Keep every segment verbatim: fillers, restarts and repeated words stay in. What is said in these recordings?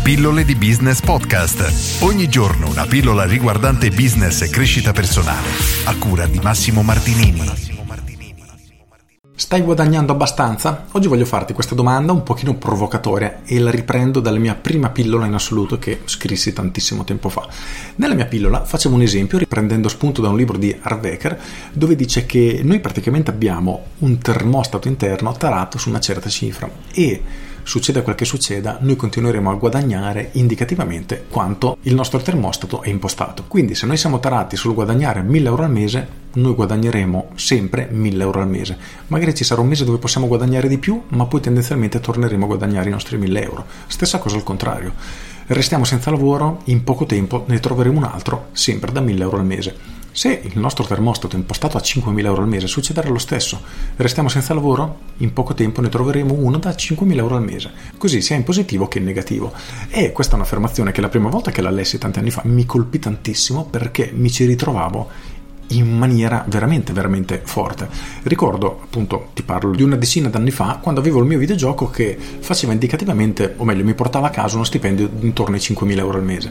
Pillole di Business Podcast. Ogni giorno una pillola riguardante business e crescita personale. A cura di Massimo Martinini. Stai guadagnando abbastanza? Oggi voglio farti questa domanda un pochino provocatoria e la riprendo dalla mia prima pillola in assoluto che scrissi tantissimo tempo fa. Nella mia pillola facevo un esempio riprendendo spunto da un libro di Harv Eker dove dice che noi praticamente abbiamo un termostato interno tarato su una certa cifra e succeda quel che succeda, noi continueremo a guadagnare indicativamente quanto il nostro termostato è impostato. Quindi se noi siamo tarati sul guadagnare mille euro al mese, noi guadagneremo sempre mille euro al mese. Magari ci sarà un mese dove possiamo guadagnare di più, ma poi tendenzialmente torneremo a guadagnare i nostri mille euro. Stessa cosa al contrario. Restiamo senza lavoro, in poco tempo ne troveremo un altro, sempre da mille euro al mese. Se il nostro termostato è impostato a cinquemila euro al mese, succederà lo stesso. Restiamo senza lavoro, in poco tempo ne troveremo uno da cinquemila euro al mese. Così sia in positivo che in negativo. E questa è un'affermazione che la prima volta che la lessi tanti anni fa mi colpì tantissimo perché mi ci ritrovavo in maniera veramente veramente forte. Ricordo, appunto, ti parlo di una decina d'anni fa, quando avevo il mio videogioco che faceva indicativamente, o meglio, mi portava a casa uno stipendio intorno ai cinquemila euro al mese.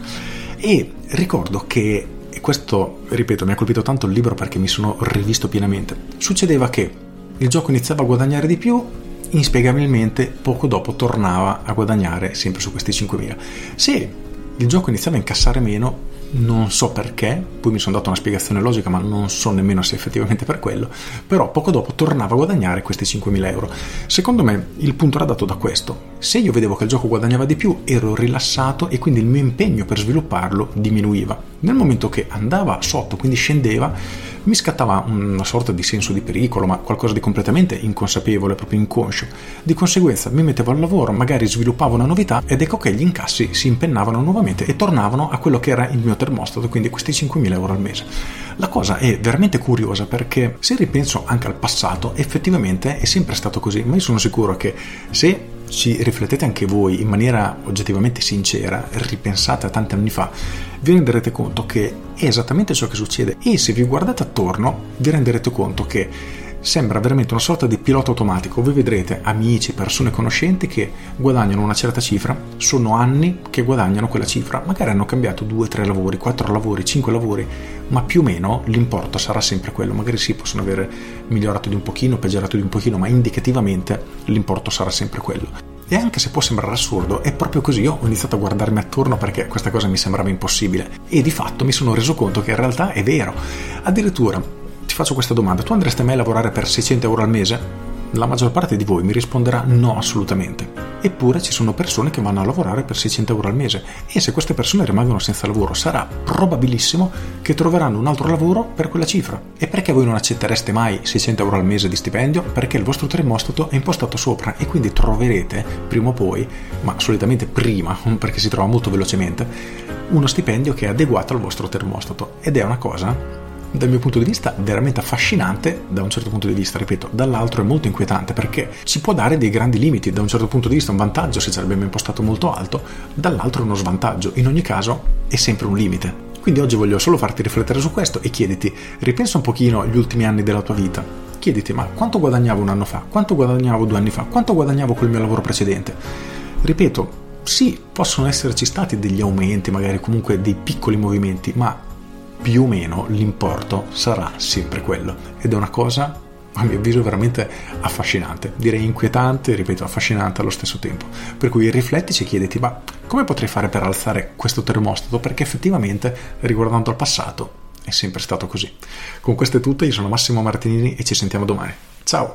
E ricordo che, e questo, ripeto, mi ha colpito tanto il libro perché mi sono rivisto pienamente, succedeva che il gioco iniziava a guadagnare di più, inspiegabilmente poco dopo tornava a guadagnare sempre su questi cinquemila. Se il gioco iniziava a incassare meno, non so perché, poi mi sono dato una spiegazione logica ma non so nemmeno se effettivamente per quello, però poco dopo tornava a guadagnare questi cinquemila euro. Secondo me il punto era dato da questo: se io vedevo che il gioco guadagnava di più ero rilassato e quindi il mio impegno per svilupparlo diminuiva. Nel momento che andava sotto, quindi scendeva, mi scattava una sorta di senso di pericolo, ma qualcosa di completamente inconsapevole, proprio inconscio. Di conseguenza mi mettevo al lavoro, magari sviluppavo una novità ed ecco che gli incassi si impennavano nuovamente e tornavano a quello che era il mio termostato, quindi questi cinquemila euro al mese. La cosa è veramente curiosa perché se ripenso anche al passato, effettivamente è sempre stato così, ma io sono sicuro che se ci riflettete anche voi in maniera oggettivamente sincera, ripensate a tanti anni fa, vi renderete conto che è esattamente ciò che succede e se vi guardate attorno vi renderete conto che sembra veramente una sorta di pilota automatico. Voi vedrete amici, persone conoscenti che guadagnano una certa cifra, sono anni che guadagnano quella cifra, magari hanno cambiato due, tre lavori, quattro lavori, cinque lavori, ma più o meno l'importo sarà sempre quello. Magari sì, possono avere migliorato di un pochino, peggiorato di un pochino, ma indicativamente l'importo sarà sempre quello. E anche se può sembrare assurdo, è proprio così. Io ho iniziato a guardarmi attorno perché questa cosa mi sembrava impossibile e di fatto mi sono reso conto che in realtà è vero. Addirittura ti faccio questa domanda: tu andresti mai a lavorare per seicento euro al mese? La maggior parte di voi mi risponderà no, assolutamente. Eppure ci sono persone che vanno a lavorare per seicento euro al mese e se queste persone rimangono senza lavoro sarà probabilissimo che troveranno un altro lavoro per quella cifra. E perché voi non accettereste mai seicento euro al mese di stipendio? Perché il vostro termostato è impostato sopra e quindi troverete prima o poi, ma solitamente prima perché si trova molto velocemente, uno stipendio che è adeguato al vostro termostato. Ed è una cosa, dal mio punto di vista, veramente affascinante da un certo punto di vista, ripeto, dall'altro è molto inquietante perché ci può dare dei grandi limiti. Da un certo punto di vista un vantaggio se ce l'abbiamo impostato molto alto, dall'altro uno svantaggio. In ogni caso è sempre un limite. Quindi oggi voglio solo farti riflettere su questo e chiediti, ripensa un pochino agli ultimi anni della tua vita, chiediti: ma quanto guadagnavo un anno fa? Quanto guadagnavo due anni fa? Quanto guadagnavo col mio lavoro precedente? Ripeto, sì, possono esserci stati degli aumenti, magari comunque dei piccoli movimenti, ma più o meno l'importo sarà sempre quello ed è una cosa, a mio avviso, veramente affascinante, direi inquietante, ripeto, affascinante allo stesso tempo. Per cui riflettici e chiediti: ma come potrei fare per alzare questo termostato? Perché effettivamente, riguardando al passato, è sempre stato così. Con questo è tutto, io sono Massimo Martinini e ci sentiamo domani. Ciao!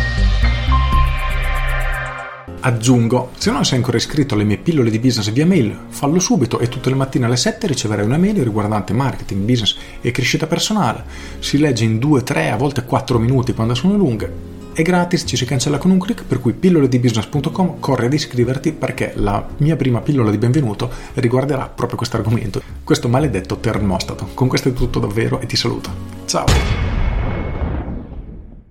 Aggiungo, se non sei ancora iscritto alle mie pillole di business via mail, fallo subito e tutte le mattine alle sette riceverai una mail riguardante marketing, business e crescita personale. Si legge in due, tre, a volte quattro minuti quando sono lunghe. È gratis, ci si cancella con un click, per cui pillole di business punto com, corri ad iscriverti perché la mia prima pillola di benvenuto riguarderà proprio questo argomento, questo maledetto termostato. Con questo è tutto davvero e ti saluto. Ciao!